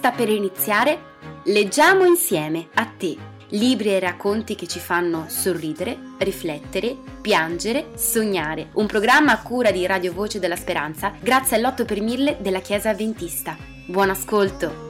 Sta per iniziare Leggiamo insieme a te, libri e racconti che ci fanno sorridere, riflettere, piangere, sognare. Un programma a cura di Radio Voce della Speranza grazie all'8 per 1000 della Chiesa Adventista. Buon ascolto!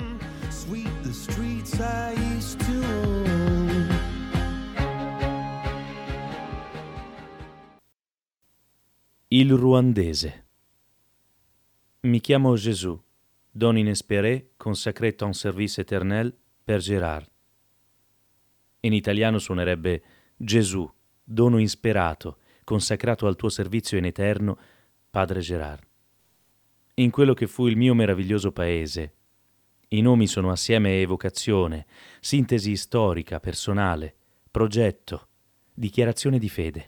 Il ruandese. Mi chiamo Gesù, don inespéré, consacré ton service éternel per Gérard. In italiano suonerebbe Gesù, dono insperato, consacrato al tuo servizio in eterno, padre Gérard. In quello che fu il mio meraviglioso paese, i nomi sono assieme evocazione, sintesi storica, personale, progetto, dichiarazione di fede.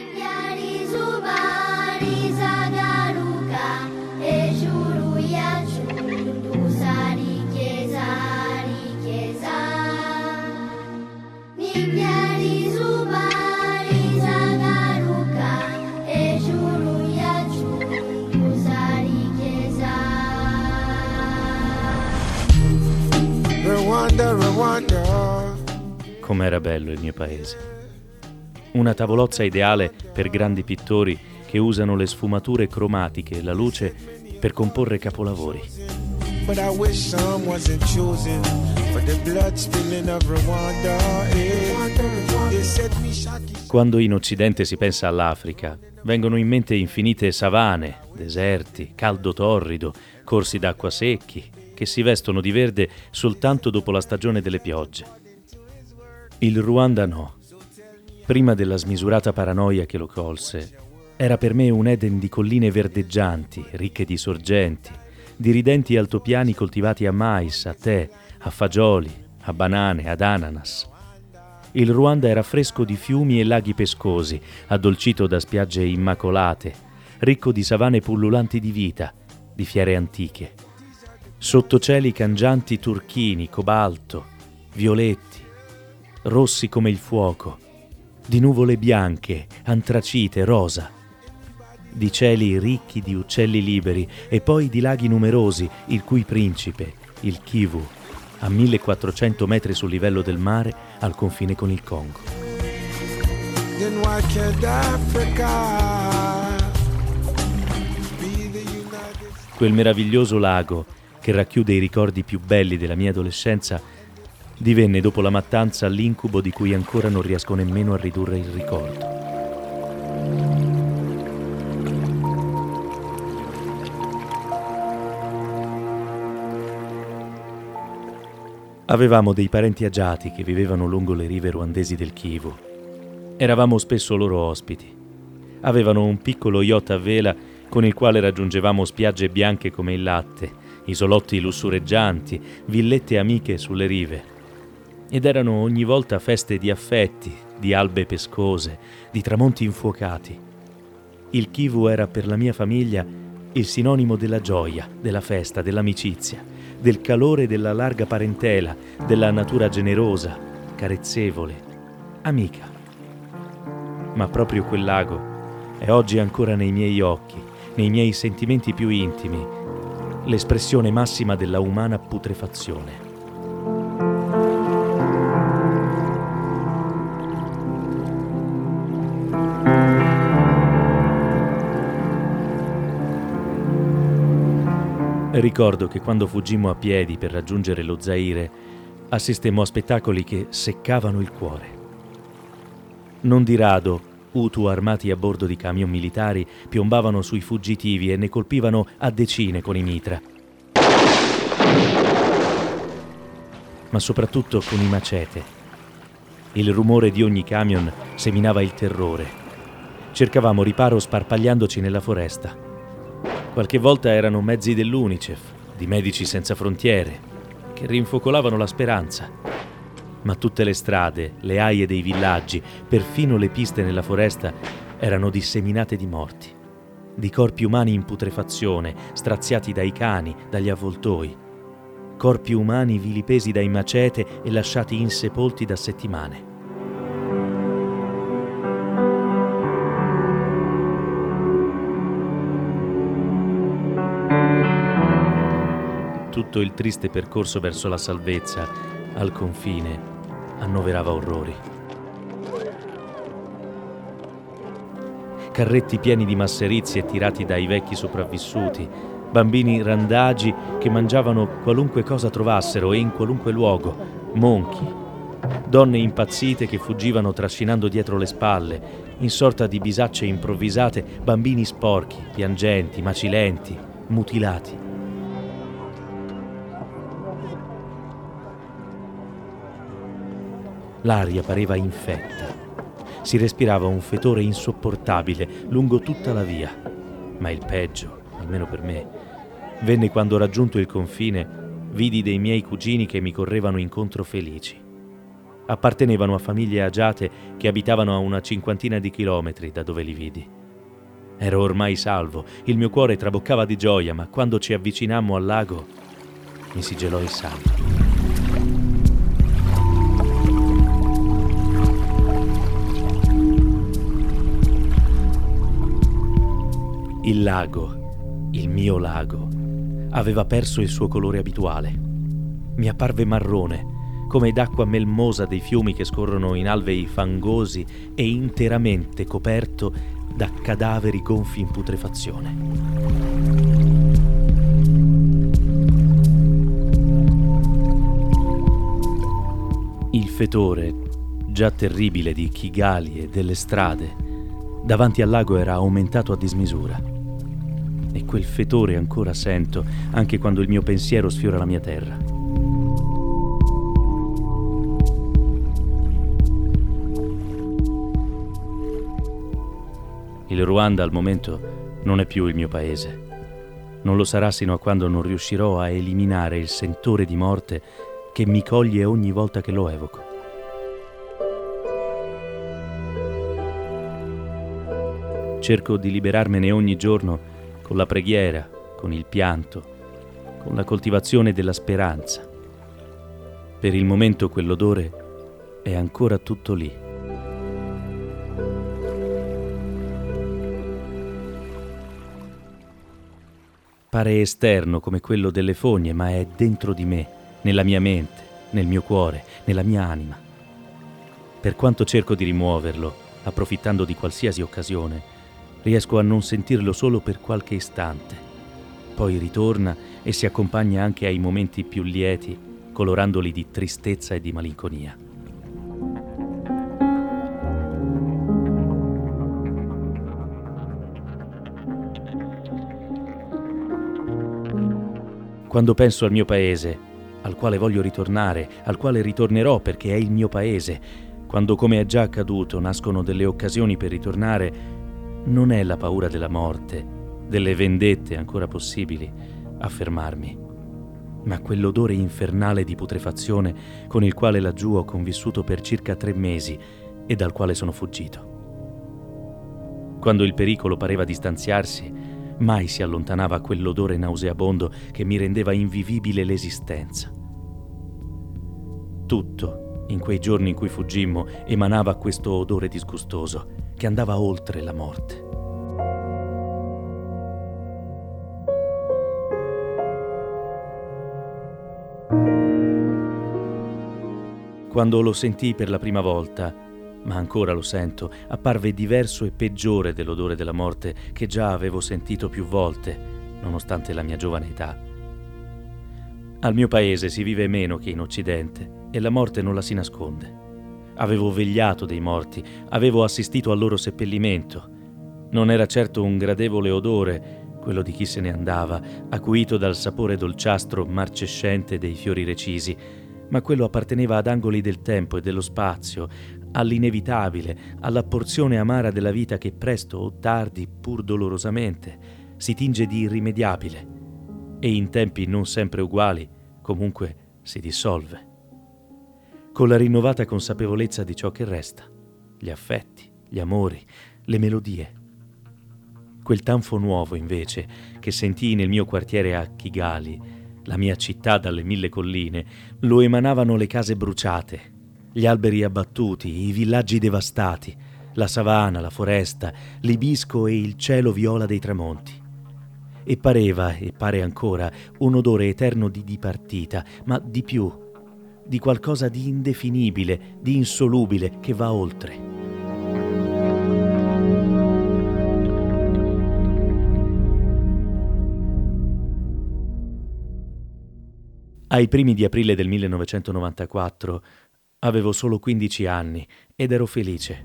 Com'era bello il mio paese. Una tavolozza ideale per grandi pittori che usano le sfumature cromatiche e la luce per comporre capolavori. Quando in Occidente si pensa all'Africa, vengono in mente infinite savane, deserti, caldo torrido, corsi d'acqua secchi, che si vestono di verde soltanto dopo la stagione delle piogge. Il Ruanda no. Prima della smisurata paranoia che lo colse, era per me un Eden di colline verdeggianti, ricche di sorgenti, di ridenti altopiani coltivati a mais, a tè, a fagioli, a banane, ad ananas. Il Ruanda era fresco di fiumi e laghi pescosi, addolcito da spiagge immacolate, ricco di savane pullulanti di vita, di fiere antiche. Sotto cieli cangianti turchini, cobalto, violetti, rossi come il fuoco, di nuvole bianche, antracite, rosa, di cieli ricchi di uccelli liberi e poi di laghi numerosi, il cui principe, il Kivu, a 1400 metri sul livello del mare al confine con il Congo. Quel meraviglioso lago che racchiude i ricordi più belli della mia adolescenza, divenne dopo la mattanza l'incubo di cui ancora non riesco nemmeno a ridurre il ricordo. Avevamo dei parenti agiati che vivevano lungo le rive ruandesi del Kivu. Eravamo spesso loro ospiti. Avevano un piccolo yacht a vela con il quale raggiungevamo spiagge bianche come il latte, isolotti lussureggianti, villette amiche sulle rive. Ed erano ogni volta feste di affetti, di albe pescose, di tramonti infuocati. Il Kivu era per la mia famiglia il sinonimo della gioia, della festa, dell'amicizia, del calore della larga parentela, della natura generosa, carezzevole, amica. Ma proprio quel lago è oggi ancora nei miei occhi, nei miei sentimenti più intimi, l'espressione massima della umana putrefazione. Ricordo che quando fuggimmo a piedi per raggiungere lo Zaire, assistemmo a spettacoli che seccavano il cuore. Non di rado, Hutu armati a bordo di camion militari piombavano sui fuggitivi e ne colpivano a decine con i mitra. Ma soprattutto con i macete. Il rumore di ogni camion seminava il terrore. Cercavamo riparo sparpagliandoci nella foresta. Qualche volta erano mezzi dell'UNICEF, di Medici Senza Frontiere, che rinfocolavano la speranza. Ma tutte le strade, le aie dei villaggi, perfino le piste nella foresta, erano disseminate di morti, di corpi umani in putrefazione, straziati dai cani, dagli avvoltoi, corpi umani vilipesi dai macete e lasciati insepolti da settimane. tutto il triste percorso verso la salvezza, al confine, annoverava orrori. Carretti pieni di masserizie tirati dai vecchi sopravvissuti, bambini randagi che mangiavano qualunque cosa trovassero e in qualunque luogo, monchi, donne impazzite che fuggivano trascinando dietro le spalle, in sorta di bisacce improvvisate, bambini sporchi, piangenti, macilenti, mutilati. L'aria pareva infetta. Si respirava un fetore insopportabile lungo tutta la via. Ma il peggio, almeno per me, venne quando, raggiunto il confine, vidi dei miei cugini che mi correvano incontro felici. Appartenevano a famiglie agiate che abitavano a una 50 di chilometri da dove li vidi. Ero ormai salvo, il mio cuore traboccava di gioia, ma quando ci avvicinammo al lago mi si gelò il sangue. Il lago, il mio lago, aveva perso il suo colore abituale. Mi apparve marrone, come d'acqua melmosa dei fiumi che scorrono in alvei fangosi e interamente coperto da cadaveri gonfi in putrefazione. Il fetore, già terribile di Kigali e delle strade, davanti al lago era aumentato a dismisura. E quel fetore ancora sento, anche quando il mio pensiero sfiora la mia terra. Il Ruanda al momento non è più il mio paese. Non lo sarà sino a quando non riuscirò a eliminare il sentore di morte che mi coglie ogni volta che lo evoco. Cerco di liberarmene ogni giorno con la preghiera, con il pianto, con la coltivazione della speranza. Per il momento quell'odore è ancora tutto lì. Pare esterno come quello delle fogne, ma è dentro di me, nella mia mente, nel mio cuore, nella mia anima. Per quanto cerco di rimuoverlo, approfittando di qualsiasi occasione, riesco a non sentirlo solo per qualche istante. Poi ritorna e si accompagna anche ai momenti più lieti, colorandoli di tristezza e di malinconia. Quando penso al mio paese, al quale voglio ritornare, al quale ritornerò perché è il mio paese, quando, come è già accaduto, nascono delle occasioni per ritornare, non è la paura della morte, delle vendette ancora possibili, a fermarmi, ma quell'odore infernale di putrefazione con il quale laggiù ho convissuto per circa 3 mesi e dal quale sono fuggito. Quando il pericolo pareva distanziarsi, mai si allontanava quell'odore nauseabondo che mi rendeva invivibile l'esistenza. Tutto, in quei giorni in cui fuggimmo, emanava questo odore disgustoso che andava oltre la morte. Quando lo sentii per la prima volta, ma ancora lo sento, apparve diverso e peggiore dell'odore della morte che già avevo sentito più volte, nonostante la mia giovane età. Al mio paese si vive meno che in Occidente e la morte non la si nasconde. Avevo vegliato dei morti, avevo assistito al loro seppellimento. Non era certo un gradevole odore, quello di chi se ne andava, acuito dal sapore dolciastro marcescente dei fiori recisi, ma quello apparteneva ad angoli del tempo e dello spazio, all'inevitabile, alla porzione amara della vita che presto o tardi, pur dolorosamente, si tinge di irrimediabile e in tempi non sempre uguali, comunque si dissolve. Con la rinnovata consapevolezza di ciò che resta, gli affetti, gli amori, le melodie. Quel tanfo nuovo, invece, che sentii nel mio quartiere a Kigali, la mia città dalle 1000 colline, lo emanavano le case bruciate, gli alberi abbattuti, i villaggi devastati, la savana, la foresta, l'ibisco e il cielo viola dei tramonti. e pareva, e pare ancora, un odore eterno di dipartita, ma di più, di qualcosa di indefinibile, di insolubile, che va oltre. Ai primi di aprile del 1994 avevo solo 15 anni ed ero felice.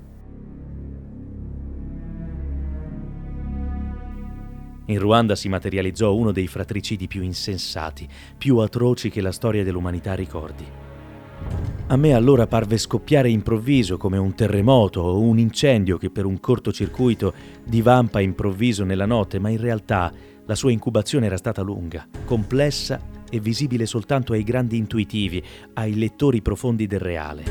In Ruanda si materializzò uno dei fratricidi più insensati, più atroci che la storia dell'umanità ricordi. A me allora parve scoppiare improvviso come un terremoto o un incendio che per un cortocircuito divampa improvviso nella notte, ma in realtà la sua incubazione era stata lunga, complessa e visibile soltanto ai grandi intuitivi, ai lettori profondi del reale.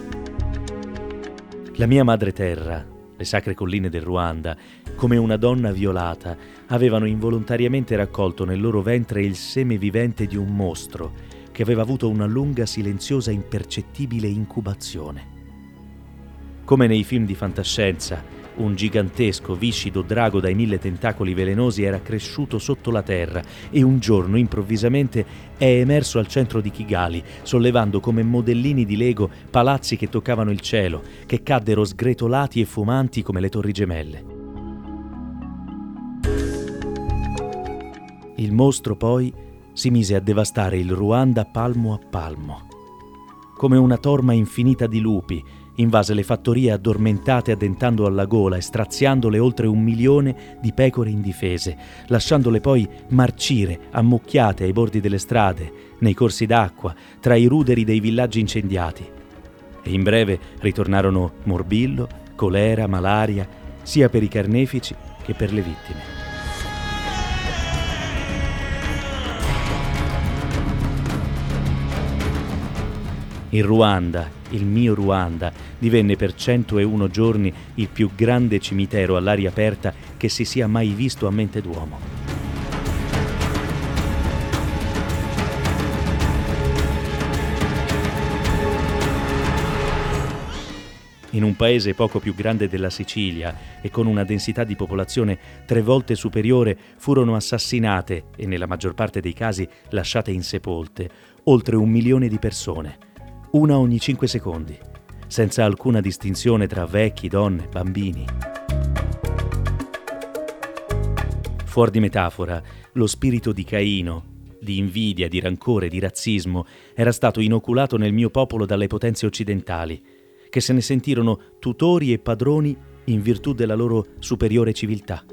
La mia madre terra, le sacre colline del Ruanda, come una donna violata, avevano involontariamente raccolto nel loro ventre il seme vivente di un mostro che aveva avuto una lunga, silenziosa, impercettibile incubazione. Come nei film di fantascienza, un gigantesco, viscido drago dai 1000 tentacoli velenosi era cresciuto sotto la terra e un giorno, improvvisamente, è emerso al centro di Kigali, sollevando come modellini di Lego palazzi che toccavano il cielo, che caddero sgretolati e fumanti come le Torri Gemelle. Il mostro poi si mise a devastare il Ruanda palmo a palmo. Come una torma infinita di lupi, invase le fattorie addormentate addentando alla gola e straziandole oltre 1 milione di pecore indifese, lasciandole poi marcire, ammucchiate ai bordi delle strade, nei corsi d'acqua, tra i ruderi dei villaggi incendiati. E in breve ritornarono morbillo, colera, malaria, sia per i carnefici che per le vittime. Il Ruanda, il mio Ruanda, divenne per 101 giorni il più grande cimitero all'aria aperta che si sia mai visto a mente d'uomo. In un paese poco più grande della Sicilia e con una densità di popolazione 3 volte superiore furono assassinate, e nella maggior parte dei casi lasciate insepolte, oltre 1 milione di persone. Una ogni 5 secondi, senza alcuna distinzione tra vecchi, donne, bambini. Fuor di metafora, lo spirito di Caino, di invidia, di rancore, di razzismo, era stato inoculato nel mio popolo dalle potenze occidentali, che se ne sentirono tutori e padroni in virtù della loro superiore civiltà.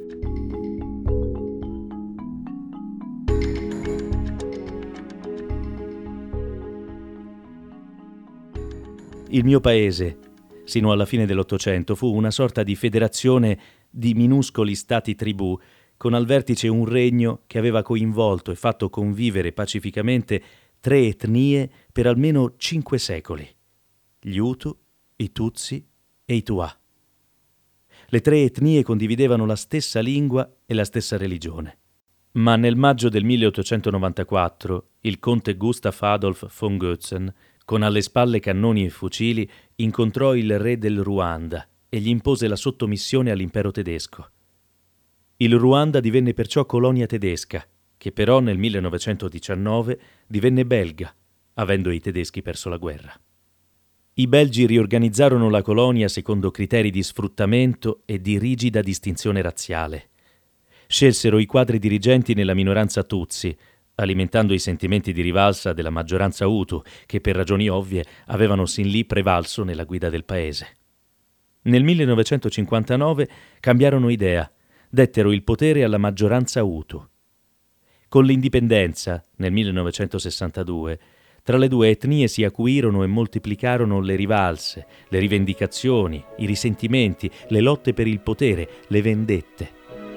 Il mio paese, sino alla fine dell'Ottocento, fu una sorta di federazione di minuscoli stati-tribù, con al vertice un regno che aveva coinvolto e fatto convivere pacificamente 3 etnie per almeno 5 secoli: gli Hutu, i Tutsi e i Twa. Le 3 etnie condividevano la stessa lingua e la stessa religione. Ma nel maggio del 1894 il conte Gustav Adolf von Goetzen, con alle spalle cannoni e fucili, incontrò il re del Ruanda e gli impose la sottomissione all'impero tedesco. Il Ruanda divenne perciò colonia tedesca, che però nel 1919 divenne belga, avendo i tedeschi perso la guerra. I belgi riorganizzarono la colonia secondo criteri di sfruttamento e di rigida distinzione razziale. Scelsero i quadri dirigenti nella minoranza Tutsi, alimentando i sentimenti di rivalsa della maggioranza Hutu, che per ragioni ovvie avevano sin lì prevalso nella guida del paese. Nel 1959 cambiarono idea, dettero il potere alla maggioranza Hutu. Con l'indipendenza, nel 1962, tra le 2 etnie si acuirono e moltiplicarono le rivalse, le rivendicazioni, i risentimenti, le lotte per il potere, le vendette.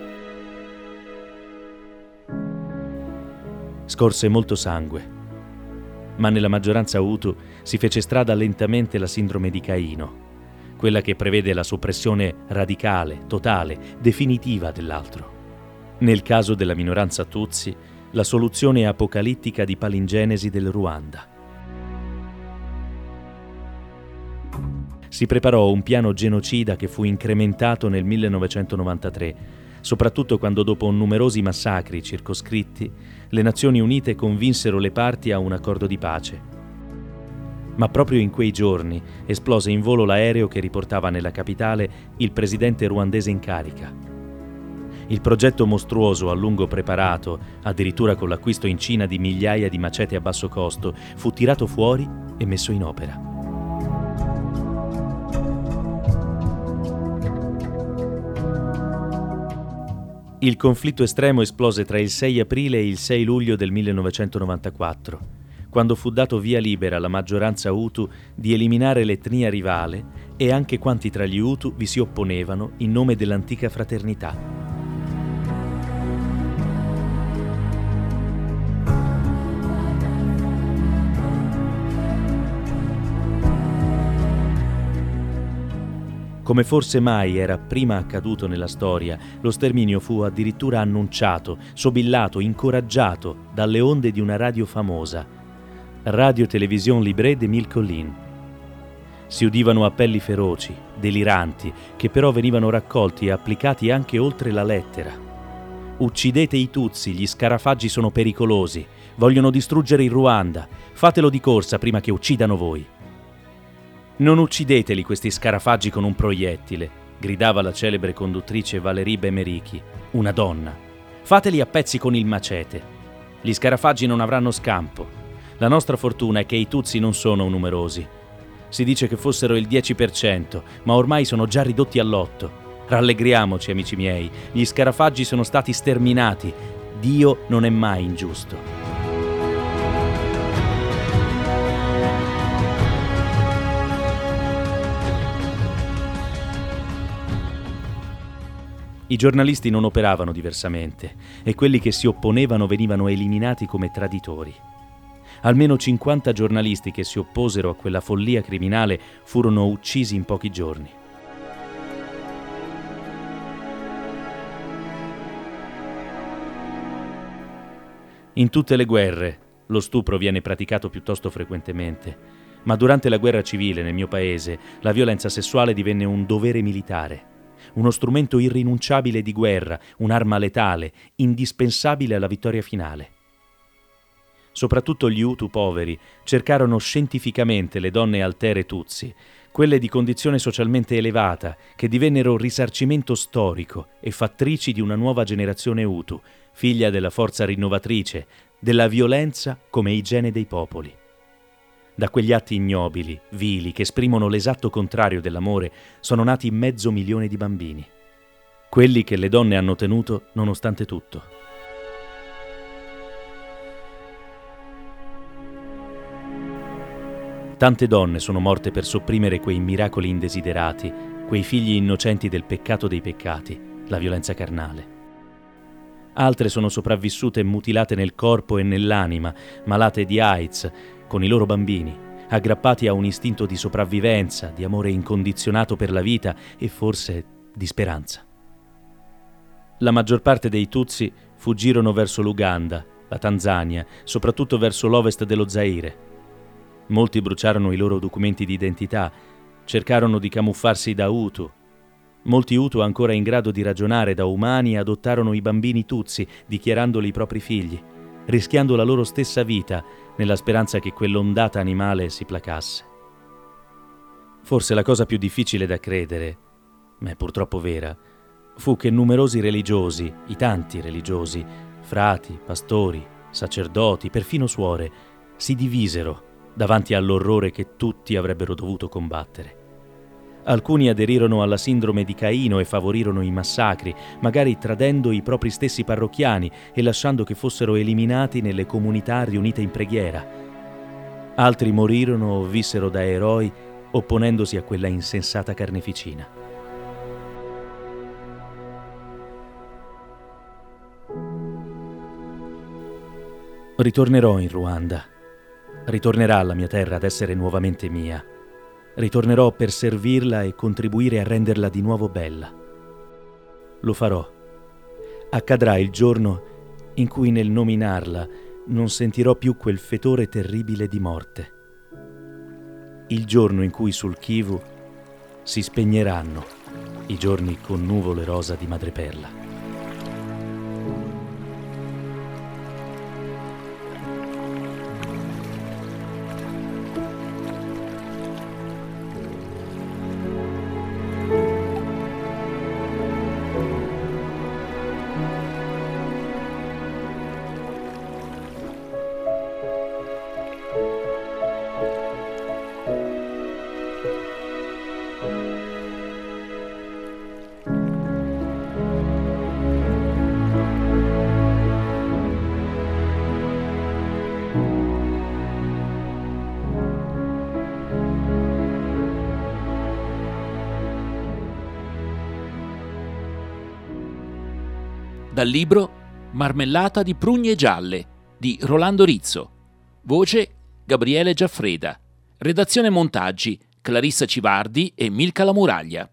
Scorse molto sangue, ma nella maggioranza Hutu si fece strada lentamente la sindrome di Caino, quella che prevede la soppressione radicale, totale, definitiva dell'altro. Nel caso della minoranza Tutsi, la soluzione apocalittica di palingenesi del Ruanda. Si preparò un piano genocida che fu incrementato nel 1993, soprattutto quando dopo numerosi massacri circoscritti, le Nazioni Unite convinsero le parti a un accordo di pace. Ma proprio in quei giorni esplose in volo l'aereo che riportava nella capitale il presidente ruandese in carica. Il progetto mostruoso a lungo preparato, addirittura con l'acquisto in Cina di migliaia di macete a basso costo, fu tirato fuori e messo in opera. Il conflitto estremo esplose tra il 6 aprile e il 6 luglio del 1994, quando fu dato via libera alla maggioranza Hutu di eliminare l'etnia rivale e anche quanti tra gli Hutu vi si opponevano in nome dell'antica fraternità. Come forse mai era prima accaduto nella storia, lo sterminio fu addirittura annunciato, sobillato, incoraggiato dalle onde di una radio famosa, Radio Télévision Libre d'Émile Collin. Si udivano appelli feroci, deliranti, che però venivano raccolti e applicati anche oltre la lettera. Uccidete i Tutsi, gli scarafaggi sono pericolosi, vogliono distruggere il Ruanda, fatelo di corsa prima che uccidano voi. Non uccideteli questi scarafaggi con un proiettile, gridava la celebre conduttrice Valérie Bemerichi, una donna. Fateli a pezzi con il macete. Gli scarafaggi non avranno scampo. La nostra fortuna è che i Tutsi non sono numerosi. Si dice che fossero il 10%, ma ormai sono già ridotti all'8%. Rallegriamoci, amici miei, gli scarafaggi sono stati sterminati. Dio non è mai ingiusto. I giornalisti non operavano diversamente e quelli che si opponevano venivano eliminati come traditori. Almeno 50 giornalisti che si opposero a quella follia criminale furono uccisi in pochi giorni. In tutte le guerre lo stupro viene praticato piuttosto frequentemente, ma durante la guerra civile nel mio paese la violenza sessuale divenne un dovere militare. Uno strumento irrinunciabile di guerra, un'arma letale, indispensabile alla vittoria finale. Soprattutto gli Hutu poveri cercarono scientificamente le donne altere Tutsi, quelle di condizione socialmente elevata, che divennero risarcimento storico e fattrici di una nuova generazione Hutu, figlia della forza rinnovatrice, della violenza come igiene dei popoli. Da quegli atti ignobili, vili, che esprimono l'esatto contrario dell'amore, sono nati 500.000 di bambini. Quelli che le donne hanno tenuto nonostante tutto. Tante donne sono morte per sopprimere quei miracoli indesiderati, quei figli innocenti del peccato dei peccati, la violenza carnale. Altre sono sopravvissute mutilate nel corpo e nell'anima, malate di AIDS, con i loro bambini, aggrappati a un istinto di sopravvivenza, di amore incondizionato per la vita e forse di speranza. La maggior parte dei Tutsi fuggirono verso l'Uganda, la Tanzania, soprattutto verso l'ovest dello Zaire. Molti bruciarono i loro documenti di identità, cercarono di camuffarsi da Hutu. Molti Hutu ancora in grado di ragionare da umani adottarono i bambini Tutsi, dichiarandoli i propri figli, rischiando la loro stessa vita nella speranza che quell'ondata animale si placasse. Forse la cosa più difficile da credere, ma è purtroppo vera, fu che numerosi religiosi, i tanti religiosi, frati, pastori, sacerdoti, perfino suore, si divisero davanti all'orrore che tutti avrebbero dovuto combattere. Alcuni aderirono alla sindrome di Caino e favorirono i massacri, magari tradendo i propri stessi parrocchiani e lasciando che fossero eliminati nelle comunità riunite in preghiera. Altri morirono o vissero da eroi opponendosi a quella insensata carneficina. Ritornerò in Ruanda. Ritornerà la mia terra ad essere nuovamente mia. Ritornerò per servirla e contribuire a renderla di nuovo bella. Lo farò. Accadrà il giorno in cui nel nominarla non sentirò più quel fetore terribile di morte. Il giorno in cui sul Kivu si spegneranno i giorni con nuvole rosa di madreperla. Dal libro Marmellata di prugne gialle di Rolando Rizzo. Voce Gabriele Giaffreda. Redazione e montaggi Clarissa Civardi e Milka La Muraglia.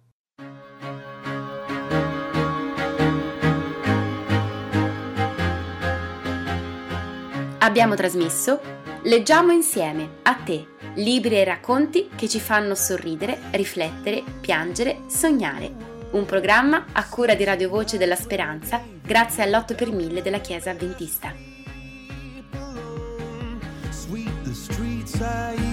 Abbiamo trasmesso Leggiamo insieme a te, libri e racconti che ci fanno sorridere, riflettere, piangere, sognare. Un programma a cura di Radio Voce della Speranza, grazie all'8 per 1000 della Chiesa Adventista.